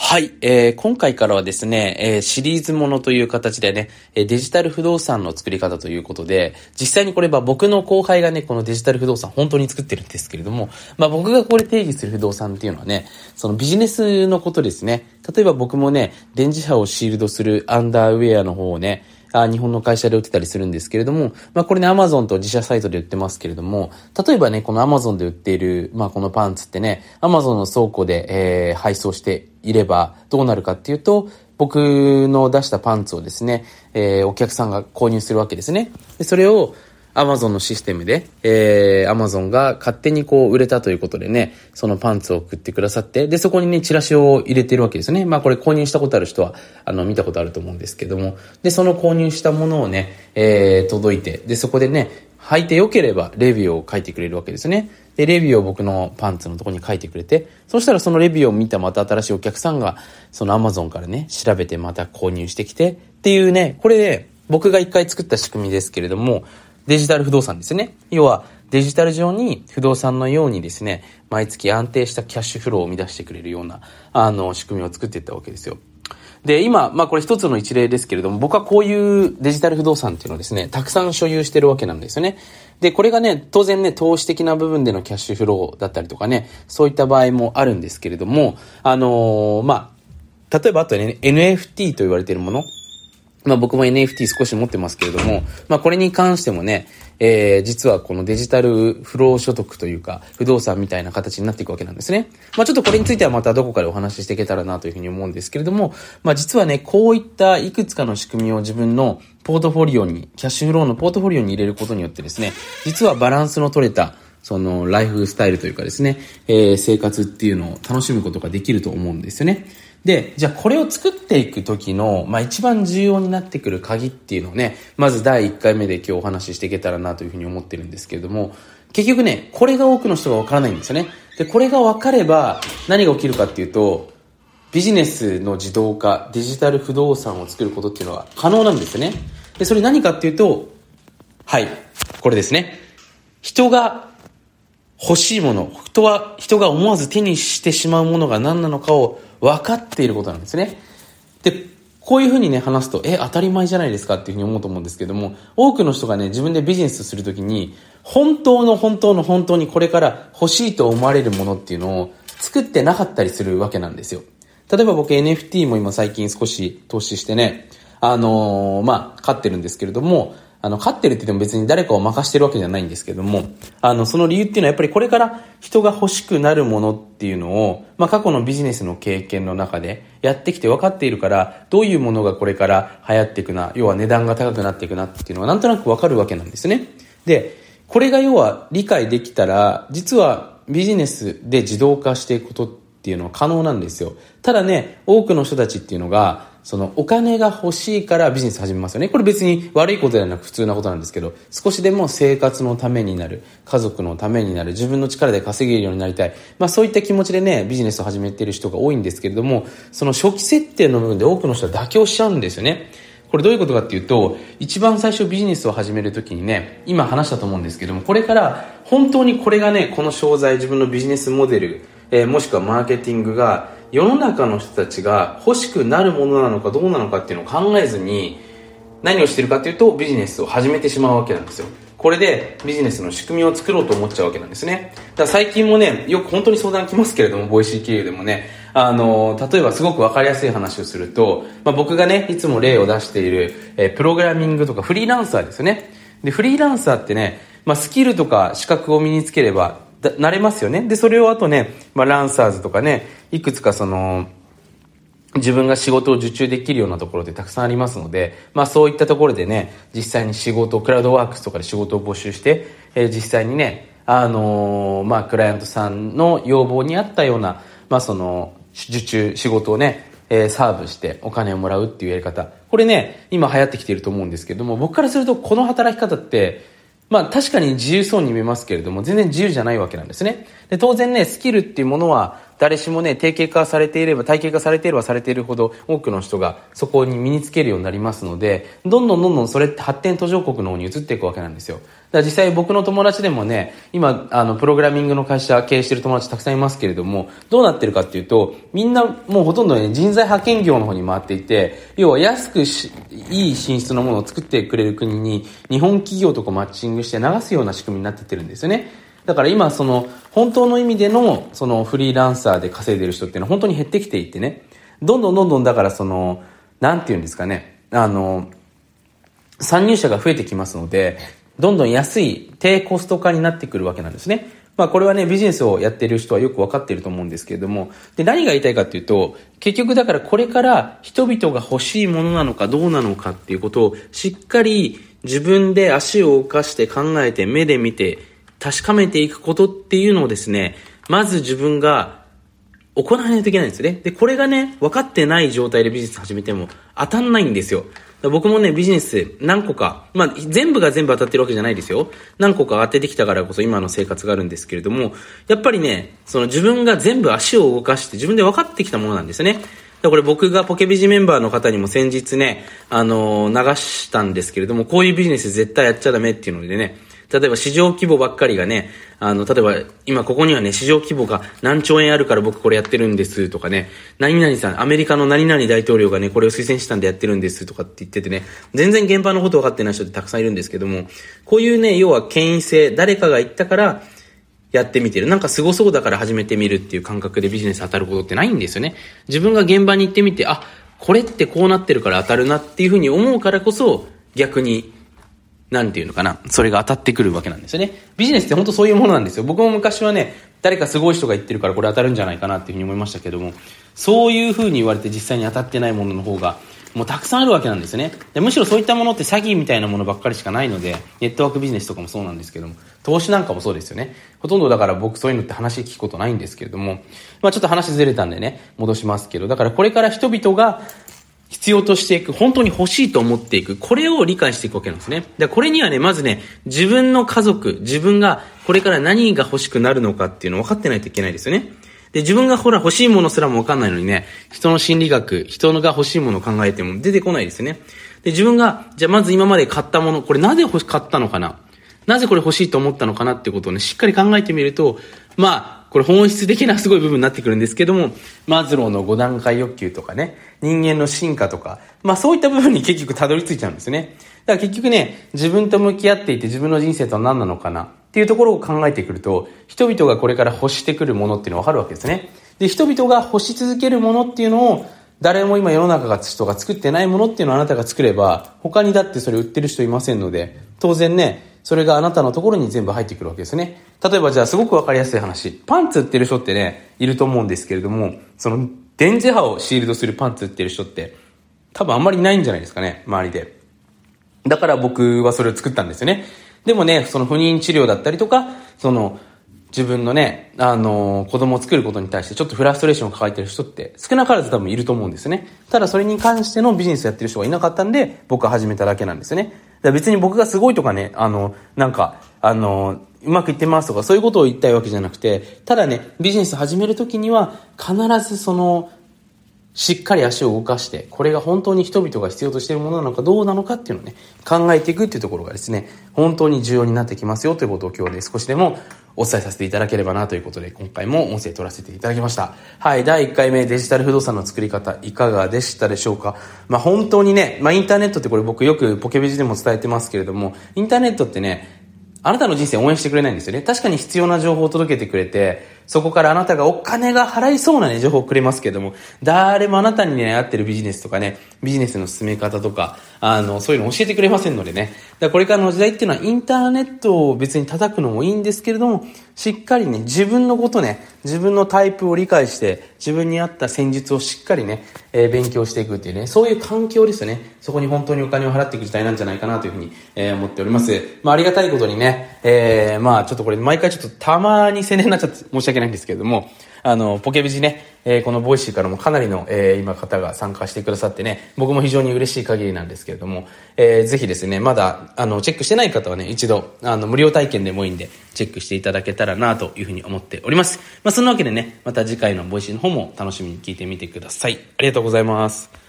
はい、今回からはですね、シリーズものという形でね、デジタル不動産の作り方ということで、実際にこれは僕の後輩がね、このデジタル不動産本当に作ってるんですけれども、僕がこれ定義する不動産っていうのはね、そのビジネスのことですね。例えば僕もね、電磁波をシールドするアンダーウェアの方をね、日本の会社で売ってたりするんですけれども、これね、Amazon と自社サイトで売ってますけれども、例えばね、この Amazon で売っている、このパンツってね、Amazon の倉庫で、配送していればどうなるかっていうと、僕の出したパンツをですね、お客さんが購入するわけですね。でそれをAmazon のシステムで、Amazon が勝手に売れたということでね、そのパンツを送ってくださって、で、そこにね、チラシを入れてるわけですよね。これ購入したことある人は、見たことあると思うんですけども、で、その購入したものをね、届いて、で、そこでね、履いて良ければレビューを書いてくれるわけですね。で、レビューを僕のパンツのところに書いてくれて、そしたらそのレビューを見たまた新しいお客さんが、その Amazon からね、調べてまた購入してきて、っていうね、これ、僕が一回作った仕組みですけれども、デジタル不動産ですね。要はデジタル上に不動産のようにですね、毎月安定したキャッシュフローを生み出してくれるような仕組みを作っていったわけですよ。で、今、これ一つの一例ですけれども、僕はこういうデジタル不動産っていうのをですね、たくさん所有してるわけなんですよね。で、これがね、当然ね、投資的な部分でのキャッシュフローだったりとかね、そういった場合もあるんですけれども、例えばあとね、NFT と言われているもの、僕も NFT 少し持ってますけれども、これに関してもね、実はこのデジタル不労所得というか、不動産みたいな形になっていくわけなんですね。ちょっとこれについてはまたどこかでお話ししていけたらなというふうに思うんですけれども、実はね、こういったいくつかの仕組みを自分のポートフォリオに、キャッシュフローのポートフォリオに入れることによってですね、実はバランスの取れた、そのライフスタイルというかですね、生活っていうのを楽しむことができると思うんですよね。で、じゃあこれを作っていく時の、一番重要になってくる鍵っていうのをね、まず第1回目で今日お話ししていけたらなというふうに思ってるんですけれども、結局ね、これが多くの人がわからないんですよね。で、これがわかれば何が起きるかっていうと、ビジネスの自動化、デジタル不動産を作ることっていうのは可能なんですよね。で、それ何かっていうと、はい、これですね。人が欲しいもの、人が思わず手にしてしまうものが何なのかを分かっていることなんですね。で、こういうふうにね、話すと、当たり前じゃないですかっていうふうに思うと思うんですけども、多くの人がね、自分でビジネスするときに、本当にこれから欲しいと思われるものっていうのを作ってなかったりするわけなんですよ。例えば僕 NFT も今最近少し投資してね、買ってるんですけれども、飼ってるって言っても別に誰かを任してるわけじゃないんですけども、その理由っていうのはやっぱりこれから人が欲しくなるものっていうのを、過去のビジネスの経験の中でやってきて分かっているから、どういうものがこれから流行っていくな、要は値段が高くなっていくなっていうのはなんとなく分かるわけなんですね。で、これが要は理解できたら、実はビジネスで自動化していくことっていうのは可能なんですよ。ただね、多くの人たちっていうのが、そのお金が欲しいからビジネス始めますよね。これ別に悪いことではなく普通なことなんですけど、少しでも生活のためになる、家族のためになる、自分の力で稼げるようになりたい。そういった気持ちでね、ビジネスを始めている人が多いんですけれども、その初期設定の部分で多くの人は妥協しちゃうんですよね。これどういうことかっていうと、一番最初ビジネスを始めるときにね、今話したと思うんですけども、これから本当にこれがね、この商材、自分のビジネスモデル、もしくはマーケティングが世の中の人たちが欲しくなるものなのかどうなのかっていうのを考えずに何をしてるかっていうとビジネスを始めてしまうわけなんですよ。これでビジネスの仕組みを作ろうと思っちゃうわけなんですね。だから最近もね、よく本当に相談来ますけれども、ボイシー経由でもね、例えばすごく分かりやすい話をすると、僕がねいつも例を出している、プログラミングとかフリーランサーですよね。でフリーランサーってね、スキルとか資格を身につければなれますよね。でそれをあとね、ランサーズとかね、いくつかその自分が仕事を受注できるようなところでたくさんありますので、そういったところでね、実際に仕事をクラウドワークスとかで仕事を募集して、実際にね、クライアントさんの要望に合ったような、その受注仕事をね、サーブしてお金をもらうっていうやり方、これね今流行ってきていると思うんですけども、僕からするとこの働き方って確かに自由そうに見えますけれども、全然自由じゃないわけなんですね。で、当然ね、スキルっていうものは、誰しもね、体系化されていればされているほど、多くの人がそこに身につけるようになりますので、どんどんそれって発展途上国の方に移っていくわけなんですよ。 から実際僕の友達でもね、今、プログラミングの会社経営してる友達たくさんいますけれども、どうなってるかっていうと、みんなもうほとんどね、人材派遣業の方に回っていて、要は安くいい品質のものを作ってくれる国に、日本企業とかマッチングして流すような仕組みになってってるんですよね。だから今、本当の意味での、フリーランサーで稼いでる人っていうのは本当に減ってきていてね、どんどんだからなんていうんですかね、参入者が増えてきますので、どんどん安い低コスト化になってくるわけなんですね。これはね、ビジネスをやっている人はよくわかっていると思うんですけれども、で、何が言いたいかっていうと、結局だからこれから人々が欲しいものなのかどうなのかっていうことをしっかり自分で足を動かして考えて目で見て確かめていくことっていうのをですね、まず自分が行わないといけないんですよね。で、これがね、分かってない状態でビジネス始めても当たんないんですよ。僕もね、ビジネス何個か、全部が全部当たってるわけじゃないですよ。何個か当ててきたからこそ今の生活があるんですけれども、やっぱりね、自分が全部足を動かして自分で分かってきたものなんですね。これ僕がポケビジメンバーの方にも先日ね、流したんですけれども、こういうビジネス絶対やっちゃダメっていうのでね、例えば市場規模ばっかりがね、例えば今ここにはね、市場規模が何兆円あるから僕これやってるんですとかね、何々さん、アメリカの何々大統領がね、これを推薦したんでやってるんですとかって言っててね、全然現場のこと分かってない人ってたくさんいるんですけども、こういうね、要は権威性、誰かが言ったからやってみてる。なんか凄そうだから始めてみるっていう感覚でビジネス当たることってないんですよね。自分が現場に行ってみて、これってこうなってるから当たるなっていうふうに思うからこそ、逆になんていうのかな、それが当たってくるわけなんですよね。ビジネスって本当そういうものなんですよ。僕も昔はね、誰かすごい人が言ってるからこれ当たるんじゃないかなっていうふうに思いましたけども、そういうふうに言われて実際に当たってないものの方がもうたくさんあるわけなんですよね。でむしろそういったものって詐欺みたいなものばっかりしかないので、ネットワークビジネスとかもそうなんですけども、投資なんかもそうですよね。ほとんどだから僕そういうのって話聞くことないんですけれども、ちょっと話ずれたんでね、戻しますけど、だからこれから人々が必要としていく、本当に欲しいと思っていく、これを理解していくわけなんですね。でこれにはね、まずね、自分の家族、自分がこれから何が欲しくなるのかっていうのを分かってないといけないですよね。で、自分が欲しいものすらも分かんないのにね、人の心理学、人が欲しいものを考えても出てこないですよね。で、自分が、じゃあまず今まで買ったもの、これなぜ買ったのかな、なぜこれ欲しいと思ったのかなっていうことをね、しっかり考えてみると、これ本質的なすごい部分になってくるんですけども、マズローの5段階欲求とかね、人間の進化とか、そういった部分に結局たどり着いちゃうんですよね。だから結局ね、自分と向き合っていて自分の人生とは何なのかなっていうところを考えてくると、人々がこれから欲してくるものっていうのは分かるわけですね。で、人々が欲し続けるものっていうのを、誰も今世の中が人が作ってないものっていうのをあなたが作れば、他にだってそれ売ってる人いませんので、当然ね、それがあなたのところに全部入ってくるわけですね。例えばじゃあすごくわかりやすい話、パンツ売ってる人ってね、いると思うんですけれども、電磁波をシールドするパンツ売ってる人って多分あんまりいないんじゃないですかね、周りで。だから僕はそれを作ったんですよね。でもね、不妊治療だったりとか、自分のね、子供を作ることに対してちょっとフラストレーションを抱えてる人って少なからず多分いると思うんですよね。ただそれに関してのビジネスやってる人がいなかったんで、僕は始めただけなんですよね。だから別に僕がすごいとかね、うまくいってますとかそういうことを言いたいわけじゃなくて、ただね、ビジネス始めるときには必ずしっかり足を動かして、これが本当に人々が必要としているものなのかどうなのかっていうのをね、考えていくっていうところがですね、本当に重要になってきますよということを今日で少しでもお伝えさせていただければなということで、今回も音声取らせていただきました。はい、第1回目デジタル不動産の作り方いかがでしたでしょうか。本当にね、インターネットってこれ僕よくポケビジでも伝えてますけれども、インターネットってね、あなたの人生を応援してくれないんですよね。確かに必要な情報を届けてくれて、そこからあなたがお金が払いそうなね、情報をくれますけども、誰もあなたにね、合ってるビジネスとかね、ビジネスの進め方とか、そういうのを教えてくれませんのでね。だからこれからの時代っていうのはインターネットを別に叩くのもいいんですけれども、しっかりね、自分のことね、自分のタイプを理解して、自分に合った戦術をしっかりね、勉強していくっていうね、そういう環境ですよね。そこに本当にお金を払っていく時代なんじゃないかなというふうに、思っております。ありがたいことにね、ちょっとこれ毎回ちょっとたまに宣伝になっちゃって申し訳ないんですけれども、ポケビジね、このボイシーからもかなりの、今方が参加してくださってね、僕も非常に嬉しい限りなんですけれども、ぜひですね、まだチェックしてない方はね、一度無料体験でもいいんでチェックしていただけたらなというふうに思っております。そんなわけでね、また次回のボイシーの方も楽しみに聞いてみてください。ありがとうございます。